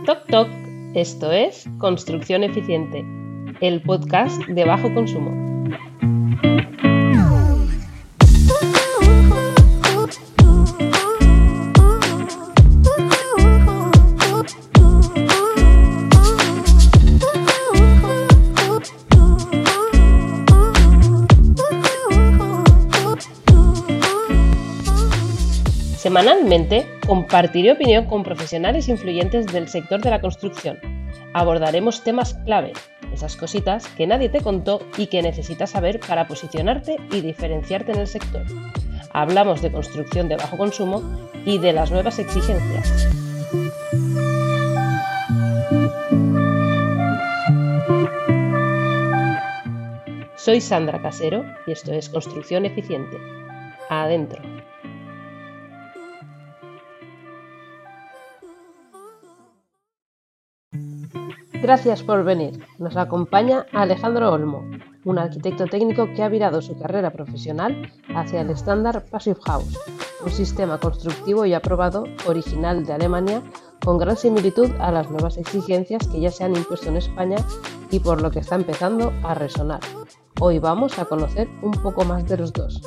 Toc toc, esto es Construcción Eficiente, el podcast de bajo consumo. Semanalmente compartiré opinión con profesionales influyentes del sector de la construcción. Abordaremos temas clave, esas cositas que nadie te contó y que necesitas saber para posicionarte y diferenciarte en el sector. Hablamos de construcción de bajo consumo y de las nuevas exigencias. Soy Sandra Casero y esto es Construcción Eficiente. Adentro. Gracias por venir. Nos acompaña Alejandro Olmo, un arquitecto técnico que ha virado su carrera profesional hacia el estándar Passive House, un sistema constructivo y aprobado original de Alemania con gran similitud a las nuevas exigencias que ya se han impuesto en España y por lo que está empezando a resonar. Hoy vamos a conocer un poco más de los dos.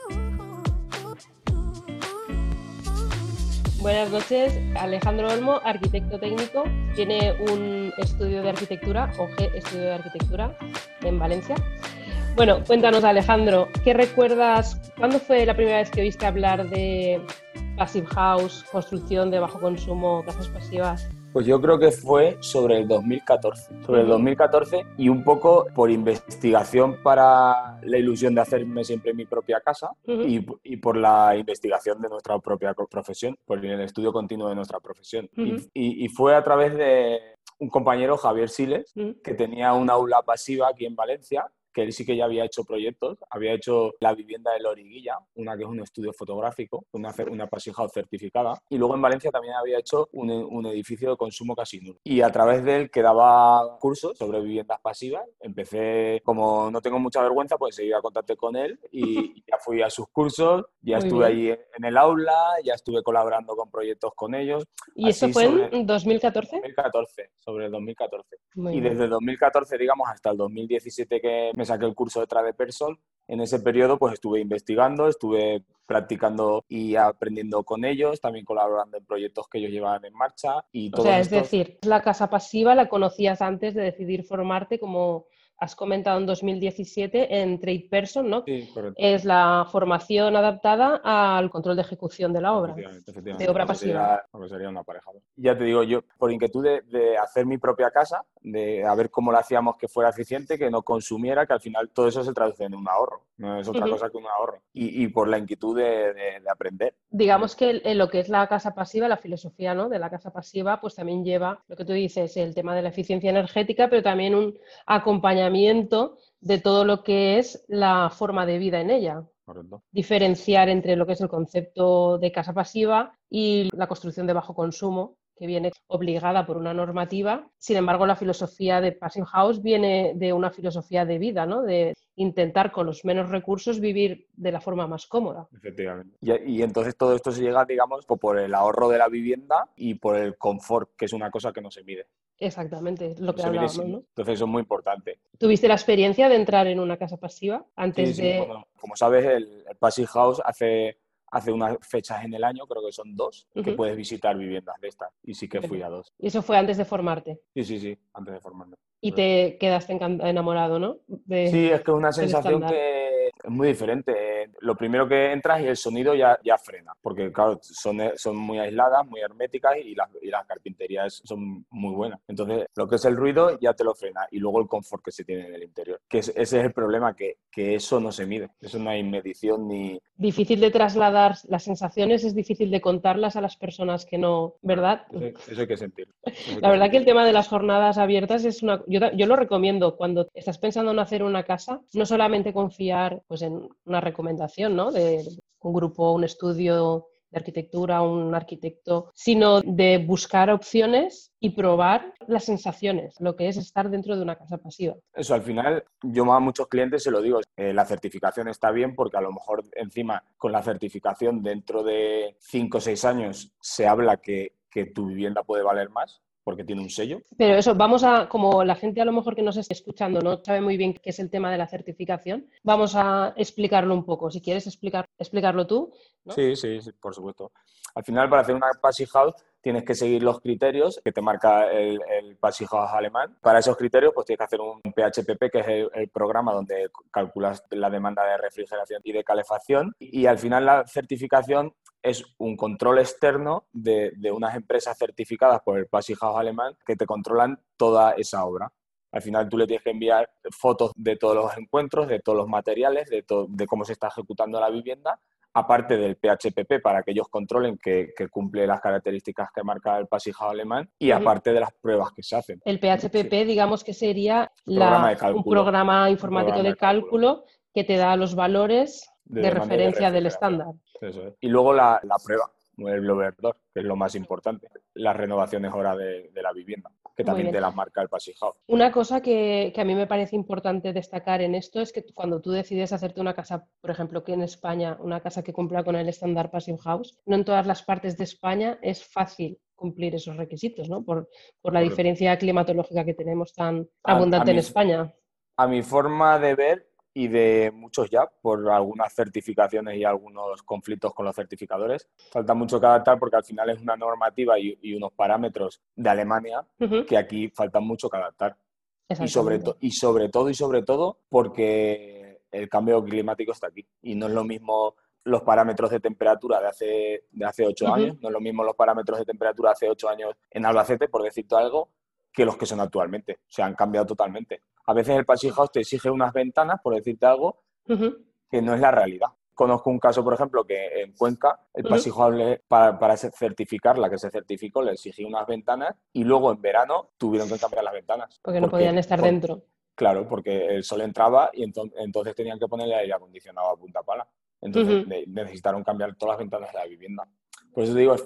Buenas noches, Alejandro Olmo, arquitecto técnico, tiene un estudio de arquitectura, OG Estudio de Arquitectura, en Valencia. Bueno, cuéntanos, Alejandro, ¿qué recuerdas? ¿Cuándo fue la primera vez que oíste hablar de Passive House, construcción de bajo consumo, casas pasivas? Pues yo creo que fue sobre el 2014. Sobre el 2014 y un poco por investigación para la ilusión de hacerme siempre mi propia casa y por la investigación de nuestra propia profesión, por el estudio continuo de nuestra profesión. Y fue a través de un compañero, Javier Siles, que tenía un aula pasiva aquí en Valencia, que él sí que ya había hecho proyectos, había hecho la vivienda de Loriguilla, una que es un estudio fotográfico, una Passive House certificada, y luego en Valencia también había hecho un edificio de consumo casi nulo. Y a través de él que daba cursos sobre viviendas pasivas, empecé, como no tengo mucha vergüenza, pues seguía contacto con él y ya fui a sus cursos, ya Muy estuve bien. allí en el aula, ya estuve colaborando con proyectos con ellos. ¿Y esto fue en 2014? 2014, sobre el 2014. Muy Y bien. desde el 2014, digamos, hasta el 2017 que me saqué el curso de Trade Person, en ese periodo pues estuve investigando, estuve practicando y aprendiendo con ellos, también colaborando en proyectos que ellos llevaban en marcha y O todos sea, es estos... decir, la casa pasiva la conocías antes de decidir formarte, como has comentado en 2017, en Trade Person, ¿no? Sí, correcto. Es la formación adaptada al control de ejecución de la obra, de obra pasiva. Lo que sería una pareja. Ya te digo, yo por inquietud de hacer mi propia casa, de a ver cómo la hacíamos que fuera eficiente, que no consumiera, que al final todo eso se traduce en un ahorro, no es otra cosa que un ahorro. Y por la inquietud de aprender. Digamos que en lo que es la casa pasiva, la filosofía, ¿no?, de la casa pasiva, pues también lleva lo que tú dices, el tema de la eficiencia energética, pero también un acompañamiento de todo lo que es la forma de vida en ella. Correcto. Diferenciar entre lo que es el concepto de casa pasiva y la construcción de bajo consumo, que viene obligada por una normativa. Sin embargo, la filosofía de Passive House viene de una filosofía de vida, ¿no?, de intentar con los menos recursos vivir de la forma más cómoda. Efectivamente. Y entonces todo esto se llega, digamos, por el ahorro de la vivienda y por el confort, que es una cosa que no se mide. Exactamente, lo que Se mide hablábamos, ¿no? Entonces eso es muy importante. ¿Tuviste la experiencia de entrar en una casa pasiva antes Sí, de...? bueno, como sabes, el Passive House hace unas fechas en el año, creo que son 2, que puedes visitar viviendas de estas. Y sí que fui a 2. Y eso fue antes de formarte. Sí, antes de formarme. Y te quedaste enamorado, ¿no? Sí, es que es una del sensación estándar. que es muy diferente. Lo primero que entras y el sonido ya frena, porque claro, son muy aisladas, muy herméticas y las carpinterías son muy buenas. Entonces, lo que es el ruido ya te lo frena y luego el confort que se tiene en el interior. Ese es el problema, que eso no se mide. Eso no hay medición ni... Difícil de trasladar las sensaciones, es difícil de contarlas a las personas que no, ¿verdad? Eso hay que sentirlo. La verdad que el tema de las jornadas abiertas es yo lo recomiendo cuando estás pensando en hacer una casa, no solamente confiar pues en una recomendación, ¿no?, de un grupo, un estudio de arquitectura, un arquitecto, sino de buscar opciones y probar las sensaciones, lo que es estar dentro de una casa pasiva. Eso, al final, yo a muchos clientes se lo digo, la certificación está bien porque a lo mejor encima con la certificación dentro de 5 o 6 años se habla que tu vivienda puede valer más. porque tiene un sello. Pero eso, vamos a, como la gente a lo mejor que nos esté escuchando no sabe muy bien qué es el tema de la certificación, vamos a explicarlo un poco. Si quieres explicarlo tú, ¿no? Sí, sí, sí, por supuesto. Al final, para hacer una Passivhaus House tienes que seguir los criterios que te marca el Passivhaus House alemán. Para esos criterios, pues tienes que hacer un PHPP, que es el programa donde calculas la demanda de refrigeración y de calefacción. Y al final la certificación es un control externo de unas empresas certificadas por el Passivhaus House alemán que te controlan toda esa obra. Al final tú le tienes que enviar fotos de todos los encuentros, de todos los materiales, de cómo se está ejecutando la vivienda, aparte del PHPP para que ellos controlen que cumple las características que marca el Passivhaus House alemán y aparte de las pruebas que se hacen. El PHPP, Sí. digamos que sería Un programa informático de cálculo que te da los valores de referencia del estándar. Eso es. Y luego la prueba, el blower door, que es lo más importante, las renovaciones ahora de la vivienda, que también te las marca el Passivhaus House. Una cosa que a mí me parece importante destacar en esto es que cuando tú decides hacerte una casa, por ejemplo, aquí en España, una casa que cumpla con el estándar Passivhaus House, no en todas las partes de España es fácil cumplir esos requisitos, ¿no? Por la diferencia climatológica que tenemos tan abundante en España. A mi forma de ver, y de muchos ya, por algunas certificaciones y algunos conflictos con los certificadores, falta mucho que adaptar porque al final es una normativa y unos parámetros de Alemania que aquí faltan mucho que adaptar. Y sobre todo porque el cambio climático está aquí y no es lo mismo los parámetros de temperatura de hace 8 años, no es lo mismo los parámetros de temperatura de hace 8 años en Albacete, por decirte algo, que los que son actualmente. O sea, han cambiado totalmente. A veces el Passivhaus House te exige unas ventanas, por decirte algo, que no es la realidad. Conozco un caso, por ejemplo, que en Cuenca el Passivhaus House para certificar, la que se certificó, le exigía unas ventanas y luego en verano tuvieron que cambiar las ventanas. Porque no podían estar dentro. Claro, porque el sol entraba y entonces tenían que ponerle aire acondicionado a punta pala. Entonces necesitaron cambiar todas las ventanas de la vivienda. Por eso te digo,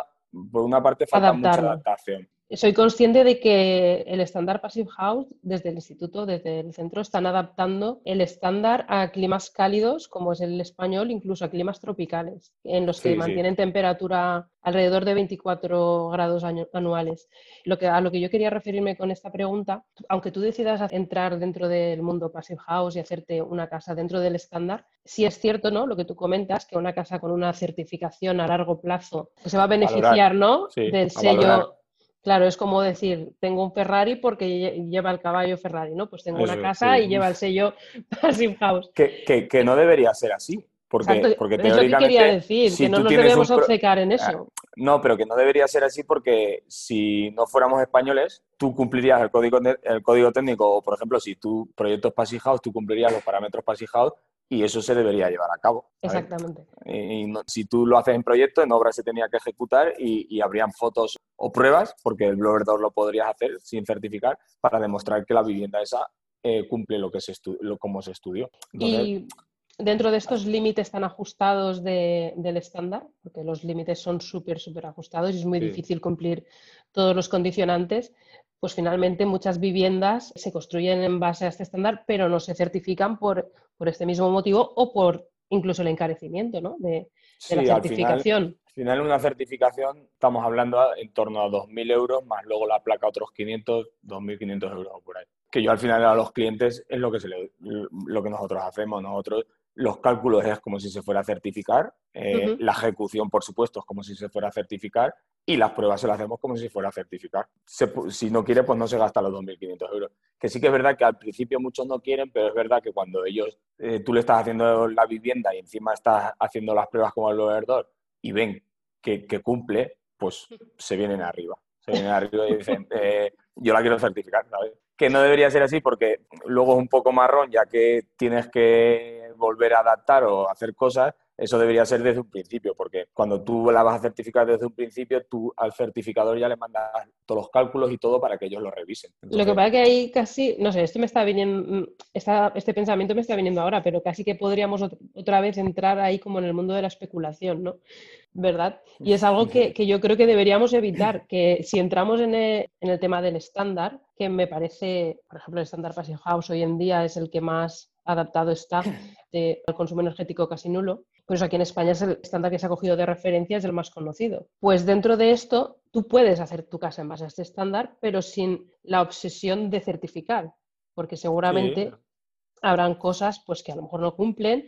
por una parte falta mucha adaptación. Soy consciente de que el estándar Passivhaus House, desde el instituto, desde el centro, están adaptando el estándar a climas cálidos, como es el español, incluso a climas tropicales, en los que mantienen temperatura alrededor de 24 grados anuales. A lo que yo quería referirme con esta pregunta, aunque tú decidas entrar dentro del mundo Passivhaus House y hacerte una casa dentro del estándar, sí es cierto, ¿no?, lo que tú comentas, que una casa con una certificación a largo plazo se va a beneficiar, ¿no?, del sello. Claro, es como decir, tengo un Ferrari porque lleva el caballo Ferrari, ¿no? Pues tengo una casa y lleva el sello Passivhaus House. Que no debería ser así. Porque teóricamente, es lo que quería decir, que no nos debemos obcecar en eso. No, pero que no debería ser así porque si no fuéramos españoles, tú cumplirías el código técnico, o por ejemplo, si tu proyecto es Passivhaus House, tú cumplirías los parámetros Passivhaus House y eso se debería llevar a cabo, ¿sabes? Exactamente. Y si tú lo haces en proyecto, en obra se tenía que ejecutar y habrían fotos o pruebas, porque el blower door lo podrías hacer sin certificar, para demostrar que la vivienda esa cumple como se estudió. Entonces, y dentro de estos límites tan ajustados del estándar, porque los límites son súper ajustados y es muy difícil cumplir todos los condicionantes, pues finalmente muchas viviendas se construyen en base a este estándar, pero no se certifican por este mismo motivo o por incluso el encarecimiento, ¿no?, de la certificación. Al final una certificación estamos hablando en torno a 2.000 euros, más luego la placa otros 500, 2.500 euros o por ahí. Que yo al final a los clientes es lo que nosotros hacemos. Nosotros los cálculos es como si se fuera a certificar, la ejecución, por supuesto, es como si se fuera a certificar y las pruebas se las hacemos como si fuera a certificar. Si no quiere, pues no se gasta los 2.500 euros. Que sí que es verdad que al principio muchos no quieren, pero es verdad que cuando tú le estás haciendo la vivienda y encima estás haciendo las pruebas como el blower door y ven que cumple, pues se vienen arriba. Se vienen arriba y dicen, yo la quiero certificar, ¿sabes? Que no debería ser así porque luego es un poco marrón, ya que tienes que volver a adaptar o hacer cosas. Eso debería ser desde un principio, porque cuando tú la vas a certificar desde un principio, tú al certificador ya le mandas todos los cálculos y todo para que ellos lo revisen. Entonces, lo que pasa es que ahí casi, no sé, este pensamiento me está viniendo ahora, pero casi que podríamos otra vez entrar ahí como en el mundo de la especulación, ¿no? ¿Verdad? Y es algo que yo creo que deberíamos evitar, que si entramos en el tema del estándar, que me parece, por ejemplo, el estándar Passivhaus House hoy en día es el que más adaptado está al consumo energético casi nulo, Pues aquí en España es el estándar que se ha cogido de referencia, es el más conocido. Pues dentro de esto, tú puedes hacer tu casa en base a este estándar, pero sin la obsesión de certificar, porque Sí, seguramente habrán cosas pues que a lo mejor no cumplen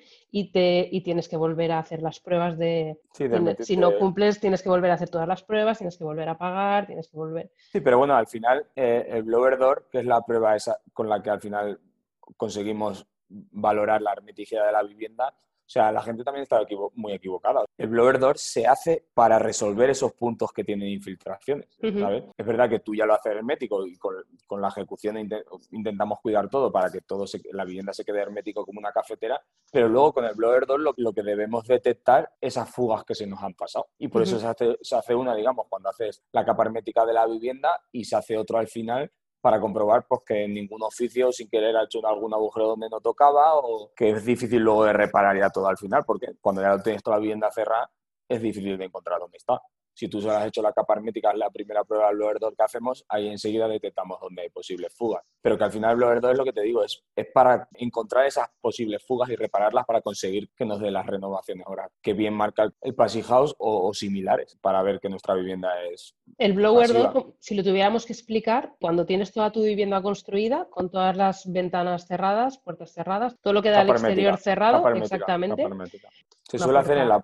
y tienes que volver a hacer las pruebas sí, si no cumples, tienes que volver a hacer todas las pruebas, tienes que volver a pagar, tienes que volver. Sí, pero bueno, al final el blower door, que es la prueba esa con la que al final conseguimos valorar la hermeticidad de la vivienda, o sea, la gente también está muy equivocada. El blower door se hace para resolver esos puntos que tienen infiltraciones, ¿sabes? Es verdad que tú ya lo haces hermético y con la ejecución intentamos cuidar todo para que la vivienda se quede hermético como una cafetera, pero luego con el blower door lo que debemos detectar esas fugas que se nos han pasado. Y por eso se hace una, digamos, cuando haces la capa hermética de la vivienda y se hace otro al final para comprobar pues, que ningún oficio sin querer ha hecho algún agujero donde no tocaba o que es difícil luego de reparar ya todo al final, porque cuando ya tienes toda la vivienda cerrada es difícil de encontrar dónde está. Si tú solo has hecho la capa hermética, es la primera prueba del blower door que hacemos, ahí enseguida detectamos dónde hay posibles fugas. Pero que al final el blower door es lo que te digo, es para encontrar esas posibles fugas y repararlas para conseguir que nos dé las renovaciones ahora que bien marca el Passive House o similares, para ver que nuestra vivienda es El blower pasiva. door, si lo tuviéramos que explicar, cuando tienes toda tu vivienda construida, con todas las ventanas cerradas, puertas cerradas, todo lo que da al Capa exterior hermética, cerrado, capa hermética, capa exactamente, hermética. Se una suele hacer puerta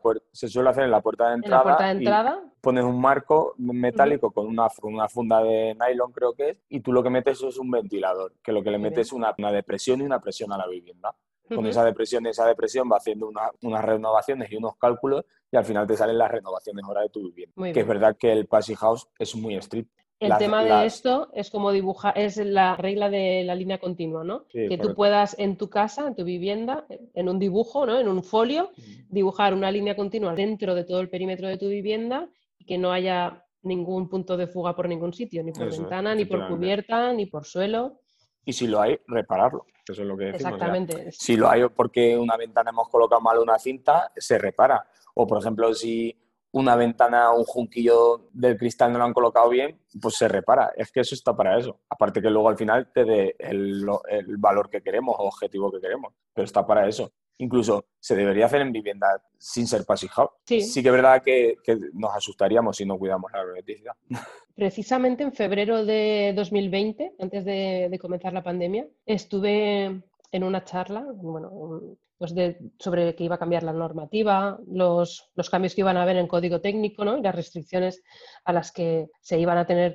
en la puerta de en la puerta entrada de y entrada. pones un marco metálico con una funda de nylon, creo que es, y tú lo que metes es un ventilador, que lo que le Muy metes bien. es una depresión y una presión a la vivienda. Con esa depresión va haciendo unas renovaciones y unos cálculos y al final te salen las renovaciones ahora de tu vivienda. Muy Que es bien. verdad que el Passive House es muy estricto. El tema de esto es como dibujar, es la regla de la línea continua, ¿no? Sí, Que tú correcto. puedas en tu casa, en tu vivienda, en un dibujo, ¿no? En un folio, dibujar una línea continua dentro de todo el perímetro de tu vivienda y que no haya ningún punto de fuga por ningún sitio, ni por Eso es, ventana, ni por efectivamente. cubierta, ni por suelo. Y si lo hay, repararlo. Eso es lo que decimos. O sea, Exactamente. si lo hay porque una ventana hemos colocado mal una cinta, se repara. O, por ejemplo, si una ventana, un junquillo del cristal no lo han colocado bien, pues se repara. Es que eso está para eso. Aparte que luego al final te dé el valor que queremos o objetivo que queremos. Pero está para eso. Incluso se debería hacer en vivienda sin ser Passive House. Sí. Sí que es verdad que nos asustaríamos si no cuidamos la hermeticidad. Precisamente en febrero de 2020, antes de comenzar la pandemia, estuve en una charla, bueno, pues sobre que iba a cambiar la normativa, los cambios que iban a haber en código técnico, ¿no? Y las restricciones a las que se iban a tener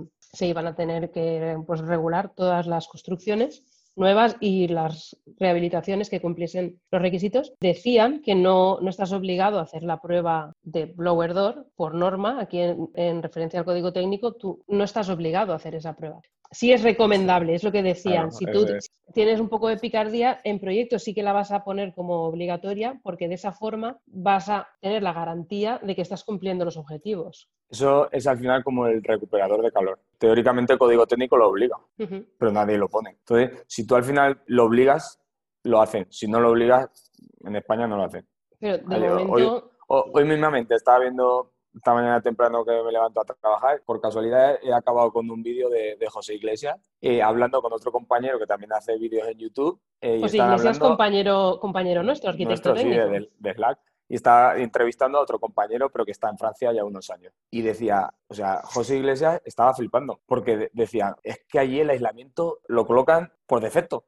que pues, regular todas las construcciones nuevas y las rehabilitaciones que cumpliesen los requisitos. Decían que no estás obligado a hacer la prueba de blower door por norma, aquí en referencia al código técnico, tú no estás obligado a hacer esa prueba. Sí es recomendable, es lo que decían. Claro, Si tú tienes un poco de picardía, en proyectos sí que la vas a poner como obligatoria porque de esa forma vas a tener la garantía de que estás cumpliendo los objetivos. Eso es al final como el recuperador de calor. Teóricamente el código técnico lo obliga, pero nadie lo pone. Entonces, si tú al final lo obligas, lo hacen. Si no lo obligas, en España no lo hacen. Pero de momento... Hoy mismamente estaba viendo, esta mañana temprano que me levanto a trabajar, por casualidad he acabado con un vídeo de José Iglesias, hablando con otro compañero que también hace vídeos en YouTube. Y José están Iglesias, hablando, compañero nuestro, arquitecto nuestro sí, técnico. de Slack, y está entrevistando a otro compañero, pero que está en Francia ya unos años. Y decía, o sea, José Iglesias estaba flipando, porque decía, es que allí el aislamiento lo colocan por defecto,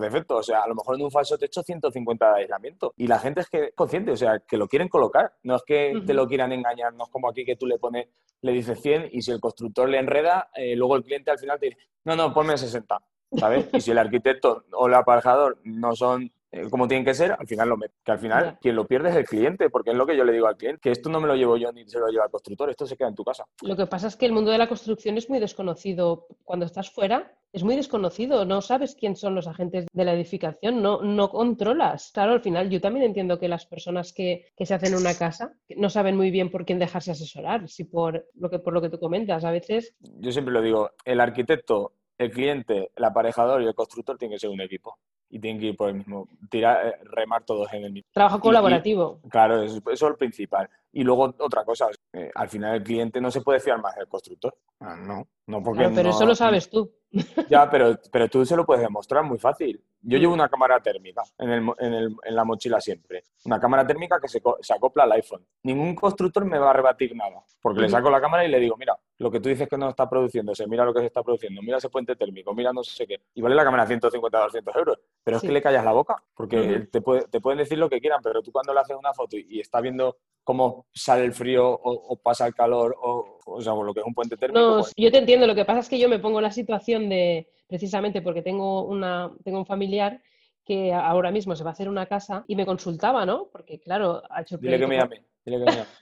o sea, a lo mejor en un falso techo 150 de aislamiento. Y la gente es que es consciente, o sea, que lo quieren colocar, no es que te lo quieran engañar, no es como aquí que tú le dices 100 y si el constructor le enreda, luego el cliente al final te dice, no, ponme 60. ¿Sabes? Y si el arquitecto o el aparejador no son como tienen que ser, al final lo mete. Que al final quien lo pierde es el cliente, porque es lo que yo le digo al cliente, que esto no me lo llevo yo ni se lo lleva el constructor, esto se queda en tu casa. Lo que pasa es que el mundo de la construcción es muy desconocido. Cuando estás fuera es muy desconocido, no sabes quién son los agentes de la edificación, no controlas. Claro, al final yo también entiendo que las personas que se hacen una casa no saben muy bien por quién dejarse asesorar, si por lo que tú comentas. A veces... Yo siempre lo digo, el arquitecto, el cliente, el aparejador y el constructor tienen que ser un equipo. Y tienen que ir por el mismo, remar todos en el mismo. Trabajo colaborativo. Claro, eso es lo principal. Y luego otra cosa, al final el cliente no se puede fiar más del constructor. No porque claro, pero eso lo sabes tú. Ya, pero tú se lo puedes demostrar muy fácil. Yo llevo una cámara térmica en la mochila siempre. Una cámara térmica que se acopla al iPhone. Ningún constructor me va a rebatir nada, porque le saco la cámara y le digo, mira, lo que tú dices que no está produciéndose, mira lo que se está produciendo, mira ese puente térmico, mira no sé qué. Y vale la cámara 150 o 200 euros. Pero es que le callas la boca, porque te pueden decir lo que quieran, pero tú cuando le haces una foto y estás viendo cómo sale el frío o pasa el calor o sea, lo que es un puente térmico. No, pues, yo te entiendo. Lo que pasa es que yo me pongo en la situación de, precisamente porque tengo un familiar que ahora mismo se va a hacer una casa y me consultaba, ¿no? Porque claro, ha hecho el Dile que proyecto. Dile que me llame.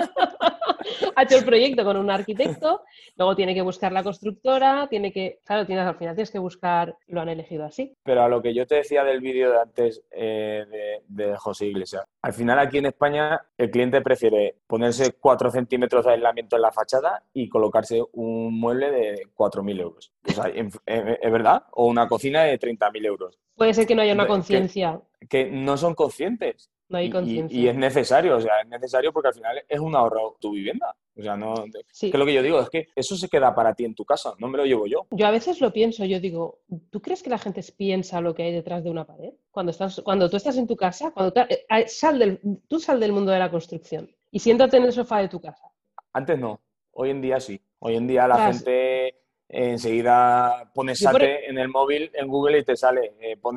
Ha hecho el proyecto con un arquitecto, luego tiene que buscar la constructora, claro, al final tienes que buscar, lo han elegido así. Pero a lo que yo te decía del vídeo de antes de José Iglesias, al final aquí en España el cliente prefiere ponerse 4 centímetros de aislamiento en la fachada y colocarse un mueble de 4.000 euros. O sea, ¿es verdad? O una cocina de 30.000 euros. Puede ser que no haya una conciencia. Que no son conscientes. No hay conciencia. Y es necesario, o sea, es necesario porque al final es un ahorro tu vivienda. O sea, no. Sí. Que lo que yo digo es que eso se queda para ti en tu casa, no me lo llevo yo. Yo a veces lo pienso, yo digo, ¿tú crees que la gente piensa lo que hay detrás de una pared? Cuando tú estás en tu casa, tú sal del mundo de la construcción y siéntate en el sofá de tu casa. Antes no, hoy en día sí. Hoy en día la gente enseguida pone SATE en el móvil, en Google y te sale.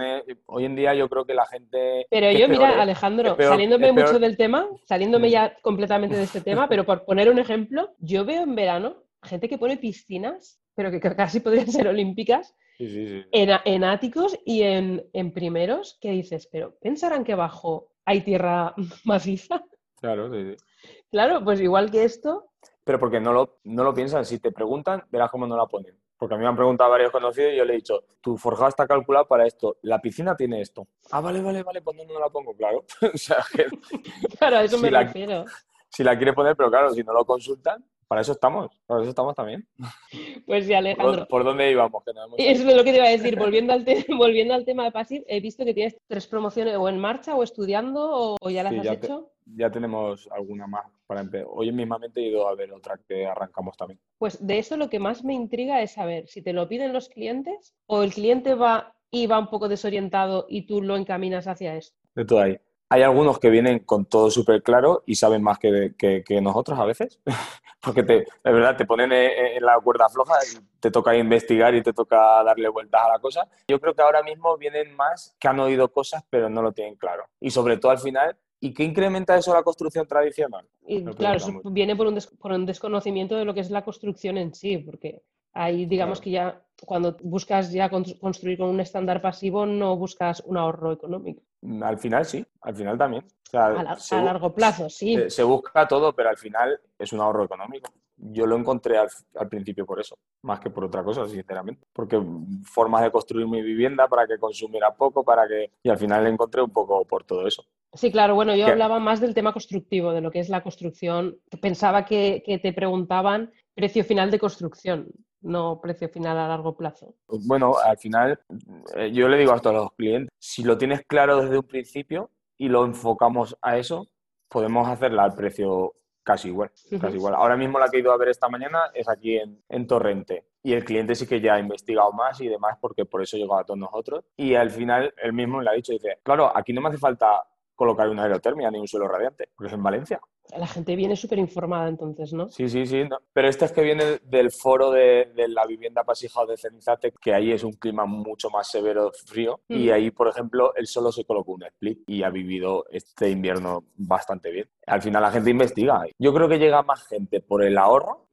Hoy en día yo creo que la gente... Pero yo, mira, Alejandro, saliéndome mucho del tema, saliéndome ya completamente de este tema, pero por poner un ejemplo, yo veo en verano gente que pone piscinas, pero que casi podrían ser olímpicas, sí. En áticos y en primeros, que dices, pero ¿pensarán que abajo hay tierra maciza? Claro, sí. Claro, pues igual que esto... Pero porque no lo piensan. Si te preguntan, verás cómo no la ponen. Porque a mí me han preguntado varios conocidos y yo le he dicho, tu forjado está calculado para esto, la piscina tiene esto. Ah, vale, pues no la pongo, claro. O sea, que claro, a eso me refiero. Si la quieres poner, pero claro, si no lo consultan, para eso estamos también. Pues sí, Alejandro. ¿Por dónde íbamos? Que no eso es lo que te iba a decir. Volviendo al tema de Passive, he visto que tienes 3 promociones o en marcha o estudiando o ya las has hecho. Ya tenemos alguna más para empezar. Hoy mismamente he ido a ver otra que arrancamos también. Pues de eso lo que más me intriga es saber si te lo piden los clientes o el cliente va un poco desorientado y tú lo encaminas hacia esto. De todo ahí. Hay algunos que vienen con todo súper claro y saben más que nosotros a veces. Porque de verdad te ponen en la cuerda floja y te toca investigar y te toca darle vueltas a la cosa. Yo creo que ahora mismo vienen más que han oído cosas pero no lo tienen claro. Y sobre todo al final, ¿y qué incrementa eso la construcción tradicional? Y claro, eso viene por un desconocimiento de lo que es la construcción en sí, porque ahí digamos que ya cuando buscas ya construir con un estándar pasivo no buscas un ahorro económico. Al final sí, al final también. O sea, a largo plazo, sí. Se busca todo, pero al final es un ahorro económico. Yo lo encontré al principio por eso, más que por otra cosa, sinceramente. Porque formas de construir mi vivienda para que consumiera poco, y al final le encontré un poco por todo eso. Sí, claro, bueno, yo hablaba más del tema constructivo, de lo que es la construcción. Pensaba que te preguntaban precio final de construcción, no precio final a largo plazo. Bueno, al final yo le digo a todos los clientes, si lo tienes claro desde un principio y lo enfocamos a eso, podemos hacerla al precio casi igual. Ahora mismo la que he ido a ver esta mañana es aquí en Torrente. Y el cliente sí que ya ha investigado más y demás, porque por eso llegó a todos nosotros. Y al final él mismo le ha dicho, dice, claro, aquí no me hace falta colocar una aerotermia ni un suelo radiante, porque es en Valencia. La gente viene súper informada entonces, ¿no? Sí. No. Pero este es que viene del foro de la vivienda Pasija de Cenzate, que ahí es un clima mucho más severo, frío, y ahí, por ejemplo, él solo se colocó un split y ha vivido este invierno bastante bien. Al final la gente investiga. Yo creo que llega más gente por el ahorro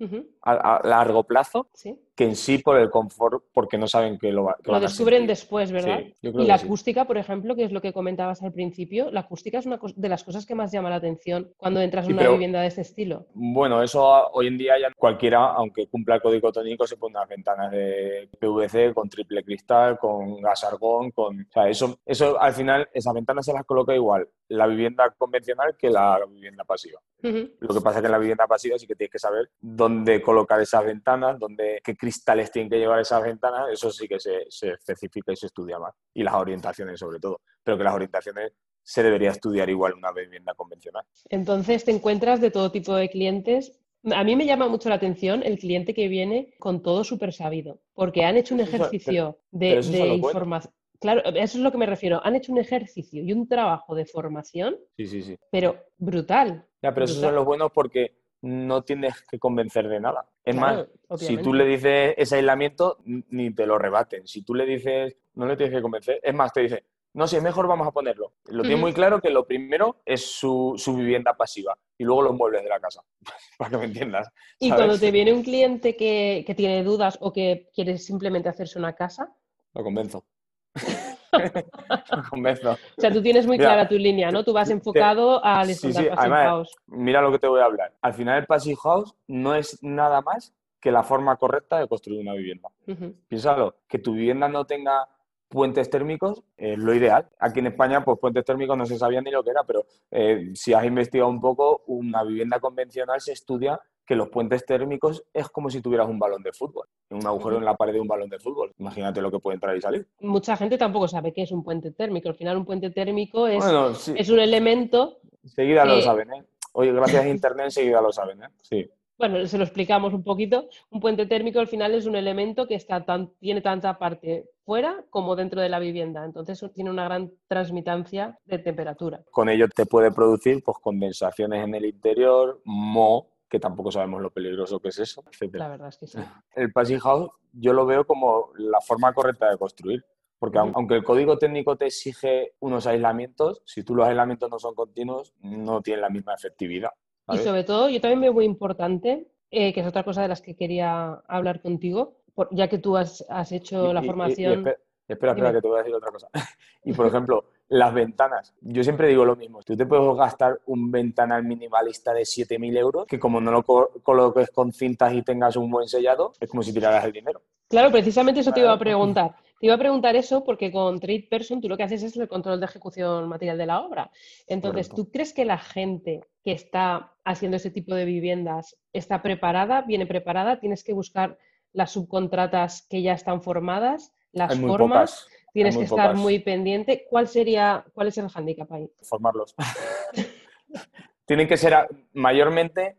a largo plazo que en sí por el confort, porque no saben que lo descubren después, ¿verdad? Sí, yo creo y la que acústica, por ejemplo, que es lo que comentabas al principio, la acústica es una de las cosas que más llama la atención cuando entras en una vivienda de este estilo. Bueno, eso hoy en día ya cualquiera, aunque cumpla el código tónico, se pone unas ventanas de PVC con triple cristal, con gas argón, o sea, eso al final, esas ventanas se las coloca igual la vivienda convencional que la vivienda pasiva. Lo que pasa es que en la vivienda pasiva sí que tienes que saber dónde colocar esas ventanas, qué cristales tienen que llevar esas ventanas, eso sí que se especifica y se estudia más. Y las orientaciones sobre todo. Pero que las orientaciones se debería estudiar igual una vivienda convencional. Entonces te encuentras de todo tipo de clientes. A mí me llama mucho la atención el cliente que viene con todo súper sabido, porque han hecho un ejercicio de información. Claro, eso es lo que me refiero. Han hecho un ejercicio y un trabajo de formación, Sí. pero brutal, Ya, pero esos son brutal. los buenos porque no tienes que convencer de nada. Es más, Claro, si tú le obviamente. dices ese aislamiento, ni te lo rebaten. Si tú le dices, no le tienes que convencer, es más, te dice, no, si es mejor vamos a ponerlo. Lo tiene Ujú. muy claro que lo primero es su vivienda pasiva y luego los muebles de la casa, para que me entiendas, Y cuando te ¿sabes? viene un cliente que tiene dudas o que quiere simplemente hacerse una casa, Lo convenzo. Lo convenzo. o sea, tú tienes muy Mira, clara tu línea, ¿no? Tú vas enfocado al sí, estándar sí, Passive además, House. mira lo que te voy a hablar. Al final el Passive House no es nada más que la forma correcta de construir una vivienda. Ujú. Piénsalo, que tu vivienda no tenga puentes térmicos es lo ideal. Aquí en España, pues puentes térmicos no se sabía ni lo que era, pero si has investigado un poco, una vivienda convencional se estudia que los puentes térmicos es como si tuvieras un balón de fútbol, un agujero Ujú. en la pared de un balón de fútbol. Imagínate lo que puede entrar y salir. Mucha gente tampoco sabe qué es un puente térmico. Al final, un puente térmico Bueno, sí, es un elemento enseguida lo que, saben, ¿eh? Oye, gracias a Internet enseguida lo saben, ¿eh? Sí. bueno, se lo explicamos un poquito. Un puente térmico al final es un elemento que tiene tanta parte fuera como dentro de la vivienda. Entonces tiene una gran transmitancia de temperatura. Con ello te puede producir pues, condensaciones en el interior, moho, que tampoco sabemos lo peligroso que es eso, etcétera. La verdad es que sí. El Passive House yo lo veo como la forma correcta de construir, porque Ujú. aunque el código técnico te exige unos aislamientos, si tú los aislamientos no son continuos, no tienen la misma efectividad, Y ¿sabes? sobre todo, yo también veo muy importante, que es otra cosa de las que quería hablar contigo, ya que tú has hecho la Y formación. espera, Dime. que te voy a decir otra cosa. Y por ejemplo, las ventanas. Yo siempre digo lo mismo. Tú te puedes gastar un ventanal minimalista de 7.000 euros, que como no lo coloques con cintas y tengas un buen sellado, es como si tiraras el dinero. Claro, precisamente eso te iba a ¿Vale? preguntar. Te iba a preguntar eso porque con Trade Person tú lo que haces es el control de ejecución material de la obra. Entonces, Correcto. ¿tú crees que la gente que está haciendo ese tipo de viviendas está preparada, viene preparada? ¿Tienes que buscar las subcontratas que ya están formadas, Hay las muy formas? pocas, hay ¿Tienes que muy estar pocas. muy pendiente? ¿Cuál es el hándicap ahí? Formarlos. Tienen que ser, mayormente,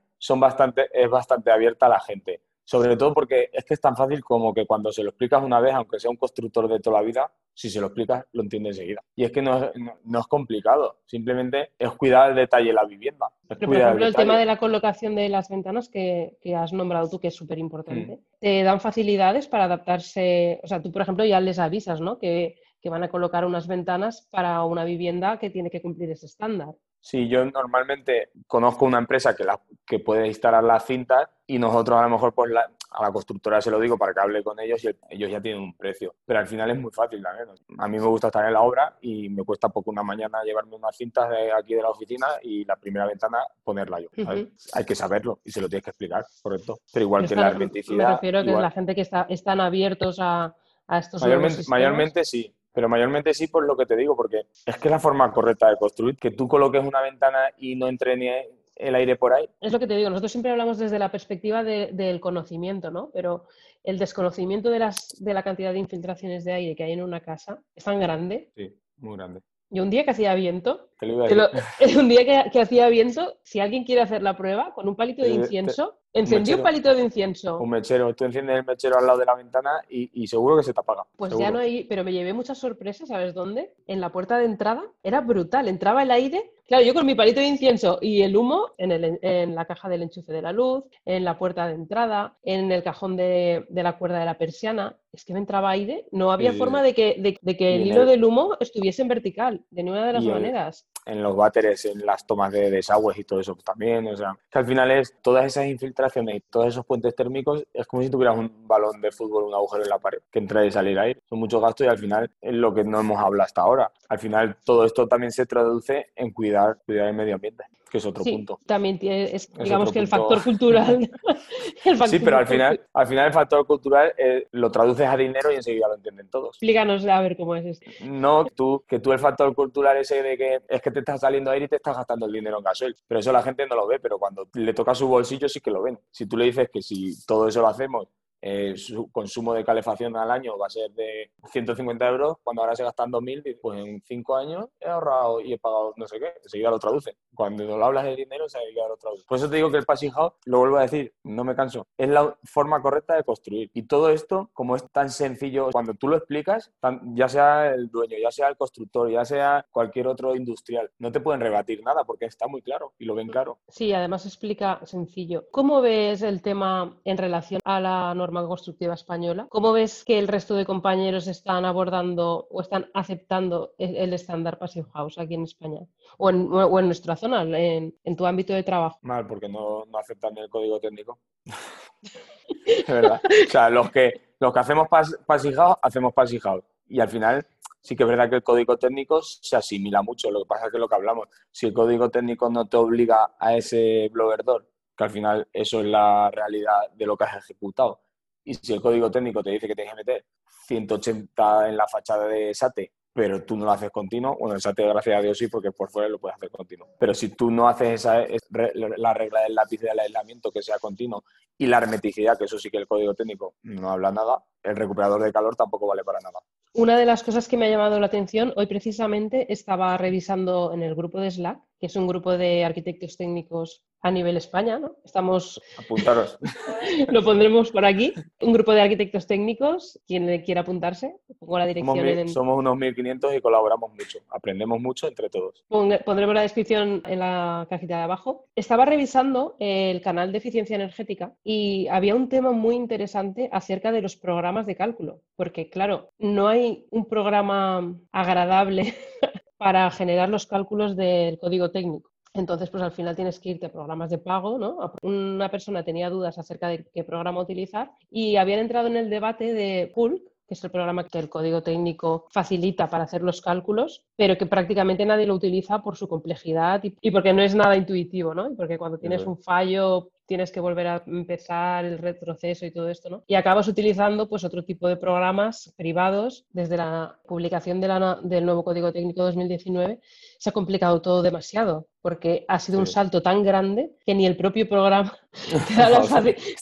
es bastante abierta a la gente. Sobre todo porque es que es tan fácil como que cuando se lo explicas una vez, aunque sea un constructor de toda la vida, si se lo explicas, lo entiende enseguida. Y es que no es complicado, simplemente es cuidar el detalle de la vivienda, es Pero, por cuidar el ejemplo, el tema detalle. de la colocación de las ventanas que has nombrado tú, que es súper Mm. importante, ¿te dan facilidades para adaptarse? O sea, tú, por ejemplo, ya les avisas, ¿no? Que van a colocar unas ventanas para una vivienda que tiene que cumplir ese estándar. Sí, yo normalmente conozco una empresa que puede instalar las cintas y nosotros a lo mejor pues a la constructora se lo digo para que hable con ellos y ellos ya tienen un precio. Pero al final es muy fácil también. A mí me gusta estar en la obra y me cuesta poco una mañana llevarme unas cintas de aquí de la oficina y la primera ventana ponerla yo, ¿sabes? Ujú. Hay que saberlo y se lo tienes que explicar, correcto. Pero igual Pero que la me hermeticidad, refiero a que igual. la gente que están abiertos a estos nuevos Mayormente, sistemas. mayormente sí, pero mayormente sí por lo que te digo, porque es que es la forma correcta de construir, que tú coloques una ventana y no entre ni el aire por ahí. Es lo que te digo, nosotros siempre hablamos desde la perspectiva del conocimiento, ¿no? Pero el desconocimiento de la cantidad de infiltraciones de aire que hay en una casa es tan grande. Sí, muy grande. Y un día que hacía viento, Te lo iba a decir. un día que hacía viento, si alguien quiere hacer la prueba, con un palito de incienso, Un encendió un mechero, palito de incienso, un mechero. Tú enciendes el mechero al lado de la ventana y seguro que se te apaga, pues ya no seguro. hay, pero me llevé muchas sorpresas, ¿sabes dónde? En la puerta de entrada, era brutal, entraba el aire, claro, yo con mi palito de incienso y el humo en la caja del enchufe de la luz, en la puerta de entrada, en el cajón de la cuerda de la persiana, es que me entraba aire, no Sí, había sí, forma sí. de que Y el en hilo el, del humo estuviese en vertical, de ninguna de las y maneras. en los váteres, en las tomas de desagües y todo eso también. O sea, que al final es todas esas infiltraciones y todos esos puentes térmicos, es como si tuvieras un balón de fútbol, un agujero en la pared, que entra y salir aire. Son muchos gastos y al final es lo que no hemos hablado hasta ahora. Al final todo esto también se traduce en cuidar el medio ambiente, que es otro Sí, punto. también Es digamos otro que el punto. factor cultural, el Sí, pero factor, al final el factor cultural lo traduces a dinero y enseguida lo entienden todos. explícanos a ver cómo es esto. No que tú el factor cultural ese de que es que te estás saliendo aire y te estás gastando el dinero en gasoil. Pero eso la gente no lo ve, pero cuando le toca su bolsillo sí que lo ven. Si tú le dices que si todo eso lo hacemos, su consumo de calefacción al año va a ser de 150 euros, cuando ahora se gastan 2.000, pues en 5 años he ahorrado y he pagado no sé qué. Enseguida lo traducen. cuando lo hablas de dinero se hay que dar otra vez. Por eso te digo que el Passive House, lo vuelvo a decir, no me canso, es la forma correcta de construir. Y todo esto, como es tan sencillo, cuando tú lo explicas, ya sea el dueño, ya sea el constructor, ya sea cualquier otro industrial, no te pueden rebatir nada porque está muy claro y lo ven claro. Sí, además explica sencillo. ¿Cómo ves el tema en relación a la norma constructiva española? ¿Cómo ves que el resto de compañeros están abordando o están aceptando el estándar Passive House aquí en España? O en nuestra zona, en tu ámbito de trabajo. Mal, porque no aceptan el código técnico. Es verdad. O sea, los que hacemos Passive House, hacemos Passive House. Y al final sí que es verdad que el código técnico se asimila mucho. Lo que pasa es que lo que hablamos, si el código técnico no te obliga a ese blower door, que al final eso es la realidad de lo que has ejecutado, y si el código técnico te dice que tienes que meter 180 en la fachada de SATE, pero tú no lo haces continuo, bueno, el SATE gracias a Dios sí, porque por fuera lo puedes hacer continuo. Pero si tú no haces la regla del lápiz del aislamiento que sea continuo y la hermeticidad, que eso sí que el código técnico no habla nada, el recuperador de calor tampoco vale para nada. Una de las cosas que me ha llamado la atención, hoy precisamente estaba revisando en el grupo de Slack, que es un grupo de arquitectos técnicos a nivel España, ¿no? Apuntaros. Lo pondremos por aquí. Un grupo de arquitectos técnicos, quien quiera apuntarse, pongo la dirección somos unos 1.500 y colaboramos mucho, aprendemos mucho entre todos. Pondremos la descripción en la cajita de abajo. Estaba revisando el canal de eficiencia energética y había un tema muy interesante acerca de los programas de cálculo, porque claro, no hay un programa agradable para generar los cálculos del código técnico. Entonces, pues al final tienes que irte a programas de pago, ¿no? Una persona tenía dudas acerca de qué programa utilizar y habían entrado en el debate de Hulk, que es el programa que el código técnico facilita para hacer los cálculos, pero que prácticamente nadie lo utiliza por su complejidad y porque no es nada intuitivo, ¿no? Y porque cuando tienes un fallo tienes que volver a empezar el retroceso y todo esto, ¿no? Y acabas utilizando pues otro tipo de programas privados. Desde la publicación del nuevo Código Técnico 2019 se ha complicado todo demasiado porque ha sido un salto tan grande que ni el propio programa te da las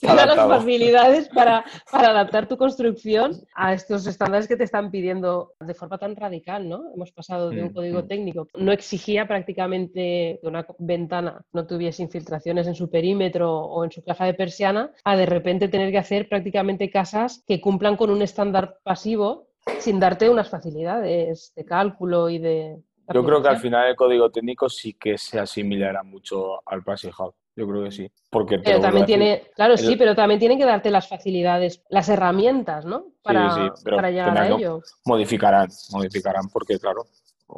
facilidades para adaptar tu construcción a estos estándares que te están pidiendo de forma tan radical, ¿no? Hemos pasado de un código técnico, no exigía prácticamente que una ventana no tuviese infiltraciones en su perímetro o en su caja de persiana, a de repente tener que hacer prácticamente casas que cumplan con un estándar pasivo sin darte unas facilidades de cálculo y de... Yo creo que al final el código técnico sí que se asimilará mucho al Passive House. Yo creo que sí. Porque pero también pero también tienen que darte las facilidades, las herramientas, ¿no? Para llegar a ello. Modificarán porque, claro,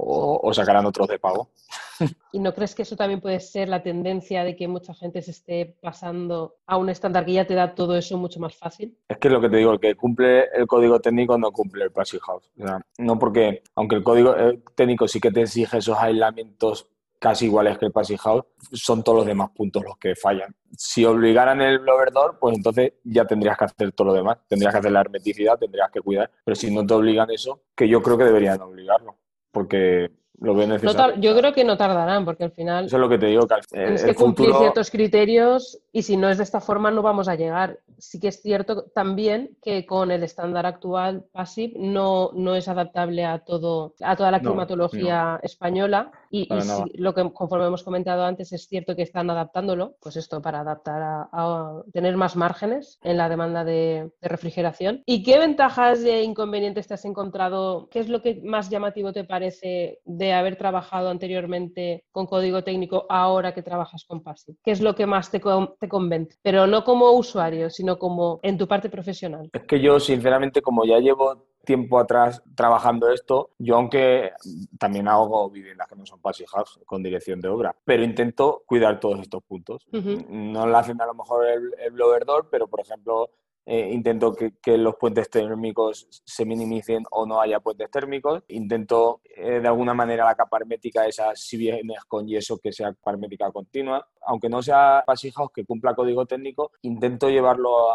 o sacarán otros de pago. ¿Y no crees que eso también puede ser la tendencia de que mucha gente se esté pasando a un estándar que ya te da todo eso mucho más fácil? Es que es lo que te digo, el que cumple el código técnico no cumple el Passive House. O sea, no porque, aunque el código técnico sí que te exige esos aislamientos casi iguales que el Passive House, son todos los demás puntos los que fallan. Si obligaran el blower door, pues entonces ya tendrías que hacer todo lo demás. Tendrías que hacer la hermeticidad, tendrías que cuidar. Pero si no te obligan eso, que yo creo que deberían obligarlo, porque lo veo necesario. Yo creo que no tardarán, porque al final eso es lo que te digo, que tienes que cumplir ciertos criterios y si no es de esta forma no vamos a llegar. Sí que es cierto también que con el estándar actual PASIV no es adaptable a toda la climatología española y lo que conforme hemos comentado antes es cierto que están adaptándolo, pues esto para adaptar a tener más márgenes en la demanda de refrigeración. ¿Y qué ventajas e inconvenientes te has encontrado? ¿Qué es lo que más llamativo te parece de haber trabajado anteriormente con código técnico ahora que trabajas con PASIV? ¿Qué es lo que más te convence? Pero no como usuario, sino como en tu parte profesional. Es que yo, sinceramente, como ya llevo tiempo atrás trabajando esto, yo aunque también hago viviendas que no son Passive House con dirección de obra, pero intento cuidar todos estos puntos. No lo hacen a lo mejor el blower door, pero por ejemplo intento que los puentes térmicos se minimicen o no haya puentes térmicos. Intento de alguna manera la capa hermética esa, si vienes con yeso, que sea capa hermética continua. Aunque no sea Passive House que cumpla código técnico, intento llevarlo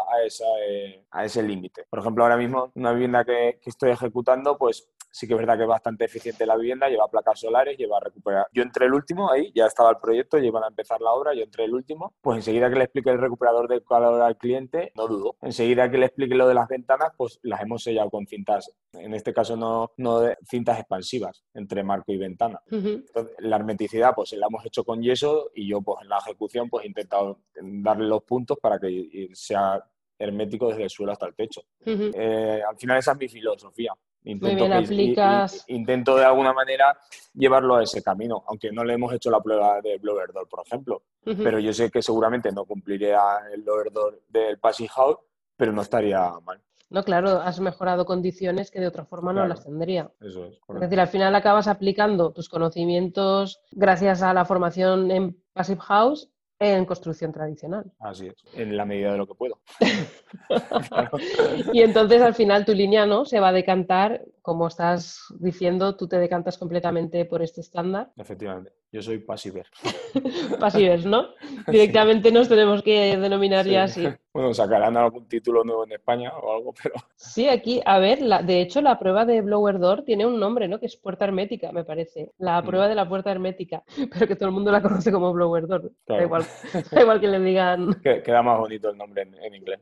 a ese límite. Por ejemplo, ahora mismo una vivienda que estoy ejecutando, pues sí que es verdad que es bastante eficiente la vivienda, lleva placas solares, lleva a recuperar. Yo entré el último, ahí ya estaba el proyecto, ya iban a empezar la obra, yo entré el último, pues enseguida que le expliqué el recuperador de calor al cliente, no dudo. Enseguida enseguida que le explique lo de las ventanas, pues las hemos sellado con cintas, en este caso no de cintas expansivas entre marco y ventana. Entonces, la hermeticidad pues la hemos hecho con yeso y yo pues en la ejecución pues he intentado darle los puntos para que sea hermético desde el suelo hasta el techo. Al final esa es mi filosofía. Intento de alguna manera llevarlo a ese camino, aunque no le hemos hecho la prueba de blower door, por ejemplo. Pero yo sé que seguramente no cumpliría el blower door del Passive House, pero no estaría mal. No, claro, has mejorado condiciones que de otra forma no las tendría. Eso es, es decir, al final acabas aplicando tus conocimientos gracias a la formación en Passive House en construcción tradicional. Así es, en la medida de lo que puedo. Y entonces al final tu línea, ¿no?, se va a decantar, como estás diciendo, tú te decantas completamente por este estándar. Efectivamente, yo soy passiver. Passivers, ¿no? Directamente nos tenemos que denominar ya así. Bueno, sacarán algún título nuevo en España o algo, pero... Sí, aquí, a ver, de hecho la prueba de blower door tiene un nombre, ¿no?, que es puerta hermética, me parece. La prueba de la puerta hermética, pero que todo el mundo la conoce como blower door. Claro. Da igual que le digan... Queda más bonito el nombre en inglés.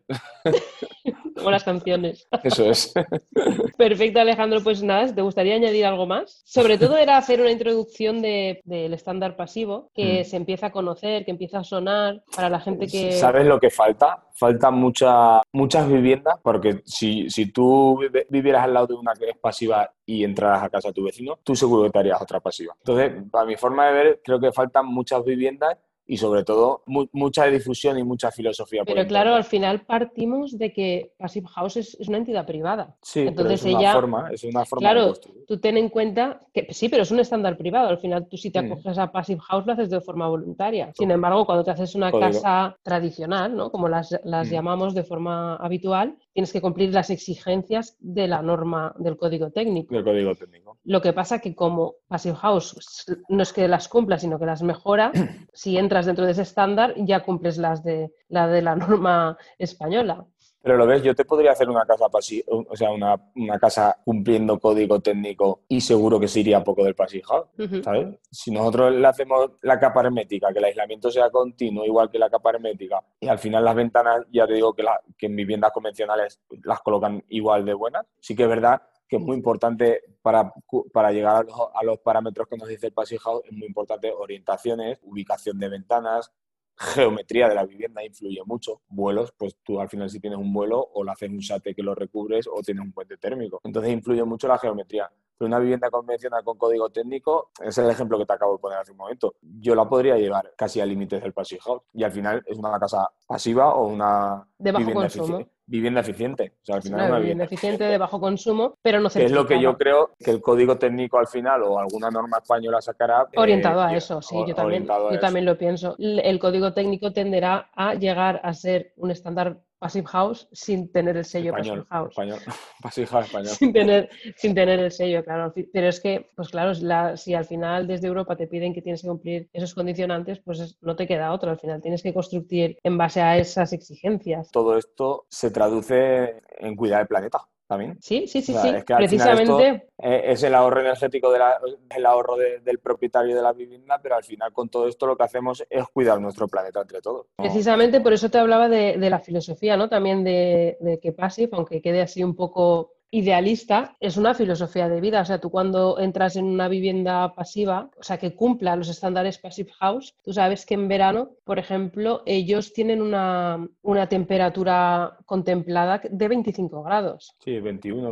Como las canciones. Eso es. Perfecto, Alejandro. Pues nada, ¿te gustaría añadir algo más? Sobre todo era hacer una introducción del estándar pasivo, que se empieza a conocer, que empieza a sonar para la gente que... ¿Sabes lo que falta? Faltan muchas viviendas, porque si tú vivieras al lado de una que es pasiva y entraras a casa de tu vecino, tú seguro que te harías otra pasiva. Entonces, para mi forma de ver, creo que faltan muchas viviendas y sobre todo mucha difusión y mucha filosofía. Pero claro, al final partimos de que Passive House es una entidad privada. Sí, entonces pero es una forma claro, de construir. Tú ten en cuenta que sí, pero es un estándar privado. Al final tú si te acoges a Passive House lo haces de forma voluntaria. Sin embargo, cuando te haces una casa tradicional, ¿no?, como las llamamos de forma habitual, tienes que cumplir las exigencias de la norma del código técnico. Del código técnico. Lo que pasa que como Passive House no es que las cumpla, sino que las mejora, si entras dentro de ese estándar ya cumples la de la norma española. Pero lo ves, yo te podría hacer una casa o sea, una casa cumpliendo código técnico y seguro que se iría poco del Passive House, ¿sabes? Si nosotros le hacemos la capa hermética, que el aislamiento sea continuo, igual que la capa hermética, y al final las ventanas, ya te digo que en viviendas convencionales las colocan igual de buenas, sí que es verdad que es muy importante para llegar a los parámetros que nos dice el Passive House, es muy importante orientaciones, ubicación de ventanas, geometría de la vivienda influye mucho. Vuelos, pues tú al final si tienes un vuelo o le haces un sate que lo recubres o tienes un puente térmico. Entonces influye mucho la geometría. Pero una vivienda convencional con código técnico, es el ejemplo que te acabo de poner hace un momento, yo la podría llevar casi a límites del Passive House y al final es una casa pasiva o una de bajo consumo. Vivienda eficiente. O sea, al final es una vivienda eficiente de bajo consumo, pero no certificada. Que es lo que yo creo que el código técnico al final o alguna norma española sacará. Orientado a eso, sí, yo también lo pienso. El código técnico tenderá a llegar a ser un estándar Passive House sin tener el sello Passive House. Passive House español. sin tener el sello, claro. Pero es que, pues claro, si al final desde Europa te piden que tienes que cumplir esos condicionantes, pues no te queda otro. Al final tienes que construir en base a esas exigencias. Todo esto se traduce en cuidar el planeta también. Sí. Es que precisamente es el ahorro energético, el ahorro del propietario de la vivienda, pero al final con todo esto lo que hacemos es cuidar nuestro planeta entre todos. Precisamente por eso te hablaba de la filosofía, ¿no? También de que Passive, aunque quede así un poco idealista, es una filosofía de vida. O sea, tú cuando entras en una vivienda pasiva, o sea, que cumpla los estándares Passive House, tú sabes que en verano, por ejemplo, ellos tienen una temperatura contemplada de 25 grados. Sí, de 21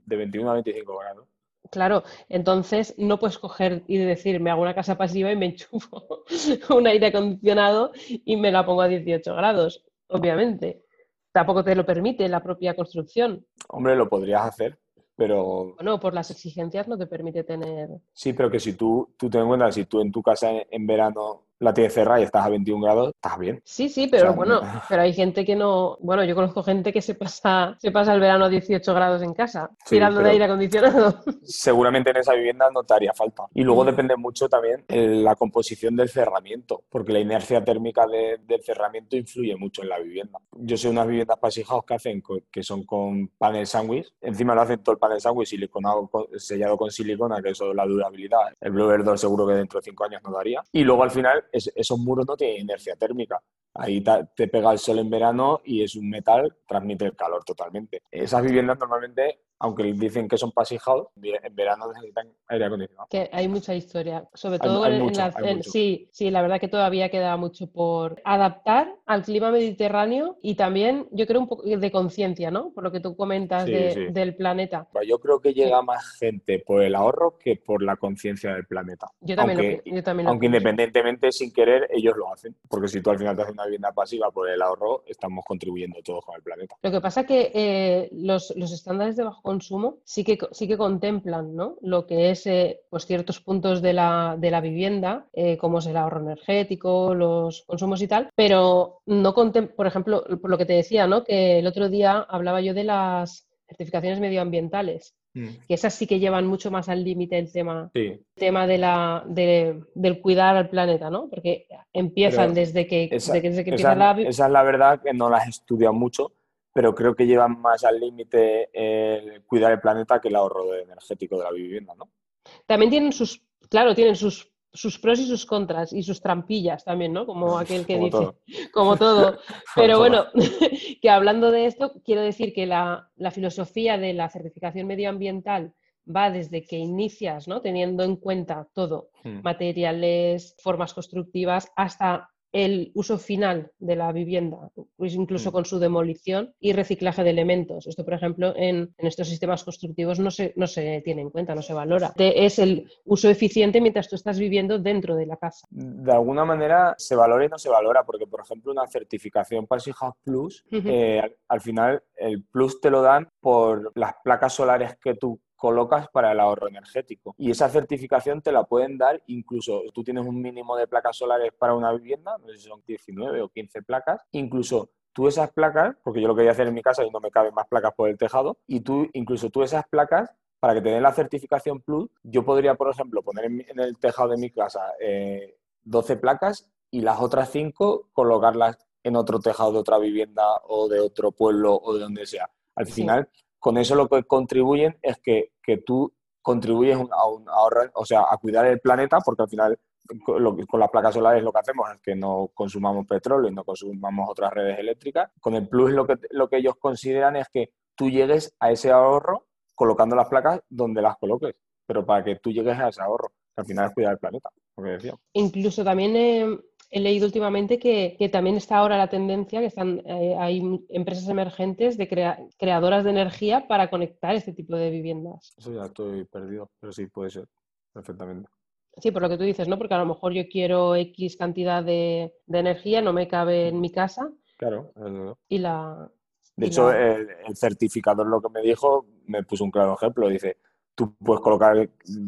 a 25 grados. Claro, entonces no puedes coger y decir, me hago una casa pasiva y me enchufo un aire acondicionado y me la pongo a 18 grados, obviamente. Tampoco te lo permite la propia construcción. Hombre, lo podrías hacer, pero... Bueno, por las exigencias no te permite tener... Sí, pero que si tú ten en cuenta, si tú en tu casa en verano la tienes cerrada y estás a 21 grados, estás bien. Sí, pero pero hay gente que no... Bueno, yo conozco gente que se pasa el verano a 18 grados en casa, tirando de aire acondicionado. Seguramente en esa vivienda no te haría falta. Y luego depende mucho también la composición del cerramiento, porque la inercia térmica del cerramiento influye mucho en la vivienda. Yo sé unas viviendas Passive House que son con panel sándwich, encima lo hacen todo el panel sándwich sellado con silicona, que eso es la durabilidad. El blower door seguro que dentro de 5 años no daría. Y luego al final esos muros no tienen inercia térmica. Ahí te pega el sol en verano y es un metal, transmite el calor totalmente. Esas viviendas normalmente, aunque dicen que son passive house, en verano necesitan aire acondicionado. Que hay mucha historia, sobre Hay, todo hay mucho, hay mucho. sí, la verdad que todavía queda mucho por adaptar al clima mediterráneo y también yo creo un poco de conciencia, ¿no? Por lo que tú comentas Sí, sí. del planeta. Yo creo que llega Sí, más gente por el ahorro que por la conciencia del planeta. yo también lo Aunque pienso. independientemente, sin querer, ellos lo hacen. Porque si tú al final te haces una vivienda pasiva por el ahorro, estamos contribuyendo todos con el planeta. Lo que pasa es que los estándares de bajo consumo sí que contemplan, ¿no? Lo que es pues ciertos puntos de la vivienda, como es el ahorro energético, los consumos y tal, pero no por ejemplo, por lo que te decía, ¿no? Que el otro día hablaba yo de las certificaciones medioambientales, que esas sí que llevan mucho más al límite Sí, tema del cuidar al planeta, ¿no? Porque empiezan pero desde que empieza esa es la verdad que no las he estudiado mucho, pero creo que llevan más al límite el cuidar el planeta que el ahorro energético de la vivienda, ¿no? También tienen claro, tienen sus pros y sus contras y sus trampillas también, ¿no? Como aquel que Como dice, todo. como todo. Como Pero todo. bueno, que hablando de esto, quiero decir que la filosofía de la certificación medioambiental va desde que inicias, ¿no? Teniendo en cuenta todo, materiales, formas constructivas, hasta el uso final de la vivienda, pues incluso con su demolición y reciclaje de elementos. Esto, por ejemplo, en estos sistemas constructivos no se tiene en cuenta, no se valora. Es el uso eficiente mientras tú estás viviendo dentro de la casa. De alguna manera se valora y no se valora, porque, por ejemplo, una certificación Passive House Plus, al final el plus te lo dan por las placas solares que tú colocas para el ahorro energético. Y esa certificación te la pueden dar incluso, tú tienes un mínimo de placas solares para una vivienda, no sé si son 19 o 15 placas, incluso tú esas placas, porque yo lo quería hacer en mi casa y no me caben más placas por el tejado, y incluso tú esas placas, para que te den la certificación Plus, yo podría, por ejemplo, poner en el tejado de mi casa 12 placas y las otras 5 colocarlas en otro tejado de otra vivienda o de otro pueblo o de donde sea. Al Sí. final, con eso lo que contribuyen es que tú contribuyes a un ahorro, o sea, a cuidar el planeta, porque al final con las placas solares lo que hacemos es que no consumamos petróleo y no consumamos otras redes eléctricas. Con el Plus lo que ellos consideran es que tú llegues a ese ahorro colocando las placas donde las coloques, pero para que tú llegues a ese ahorro, que al final es cuidar el planeta, lo que decía. Incluso también he leído últimamente que también está ahora la tendencia, que hay empresas emergentes de creadoras de energía para conectar este tipo de viviendas. Eso ya estoy perdido, pero sí puede ser, perfectamente. Sí, por lo que tú dices, ¿no? Porque a lo mejor yo quiero X cantidad de energía, no me cabe en mi casa Claro. y la... De Y hecho, la... el certificador lo que me dijo, me puso un claro ejemplo. Dice, tú puedes colocar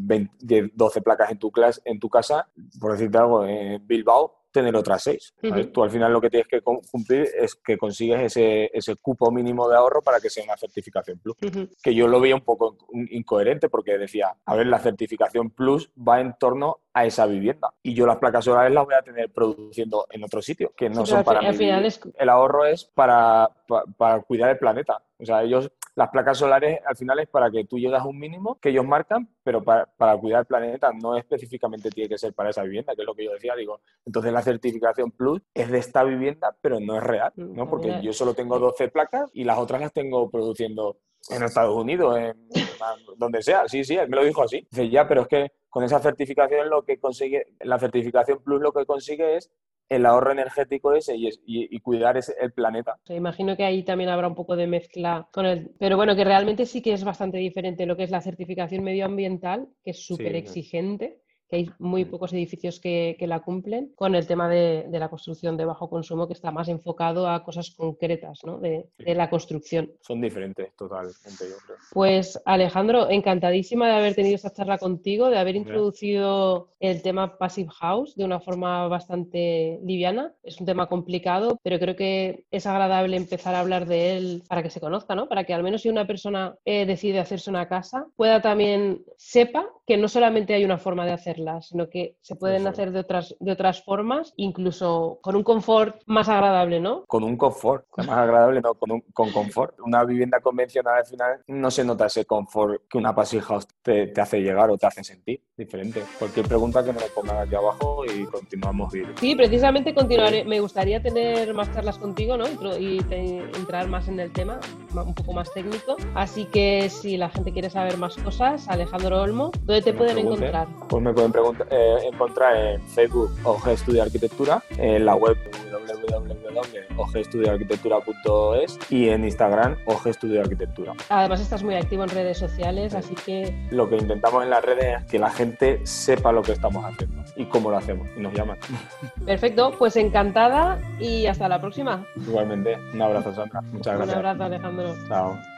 12 placas en tu casa, por decirte algo, en Bilbao, tener otras 6. ¿Sabes? Tú al final lo que tienes que cumplir es que consigues ese cupo mínimo de ahorro para que sea una certificación Plus. Que yo lo veía un poco incoherente porque decía, a ver, la certificación Plus va en torno a esa vivienda y yo las placas solares las voy a tener produciendo en otro sitio, que Sí, no pero son para al mi final vivienda. es... El ahorro es para cuidar el planeta. O sea, las placas solares al final es para que tú llegues a un mínimo que ellos marcan, pero para cuidar el planeta, no específicamente tiene que ser para esa vivienda, que es lo que yo decía. Digo, entonces la certificación Plus es de esta vivienda, pero no es real, ¿no? También Porque yo solo tengo 12 placas y las otras las tengo produciendo en Estados Unidos, donde sea. Sí, sí, él me lo dijo así. Dice, ya, pero es que con esa certificación lo que consigue, la certificación Plus lo que consigue es el ahorro energético ese y cuidar el planeta. Imagino que ahí también habrá un poco de mezcla con el... Pero bueno, que realmente sí que es bastante diferente lo que es la certificación medioambiental, que es súper Sí, exigente, que hay muy pocos edificios que la cumplen, con el tema de la construcción de bajo consumo, que está más enfocado a cosas concretas, ¿no? de la construcción. son diferentes totalmente, yo creo. Pues Alejandro, encantadísima de haber tenido esta charla contigo, de haber Mira, introducido el tema Passive House de una forma bastante liviana. Es un tema complicado, pero creo que es agradable empezar a hablar de él para que se conozca, ¿no? Para que al menos si una persona decide hacerse una casa, pueda también sepa que no solamente hay una forma de hacerlas, sino que se pueden hacer de otras formas, incluso con un confort más agradable, ¿no? Con un confort, más agradable, no, con confort. Una vivienda convencional al final no se nota ese confort que una Passive House te hace llegar o te hace sentir diferente. Cualquier pregunta que me lo pongan aquí abajo y continuamos viendo. Sí, precisamente continuaré. Me gustaría tener más charlas contigo, ¿no? Y entrar más en el tema, un poco más técnico. Así que si la gente quiere saber más cosas, Alejandro Olmo, ¿dónde te pueden encontrar? Pues me pueden encontrar en Facebook OG Estudio Arquitectura, en la web www.ogestudioarquitectura.es y en Instagram OG Estudio Arquitectura. Además estás muy activo en redes sociales, así que... Lo que intentamos en las redes es que la gente sepa lo que estamos haciendo y cómo lo hacemos y nos llaman. Perfecto, pues encantada y hasta la próxima. Igualmente, un abrazo, Sandra. Muchas gracias. Un abrazo, Alejandro. Chao.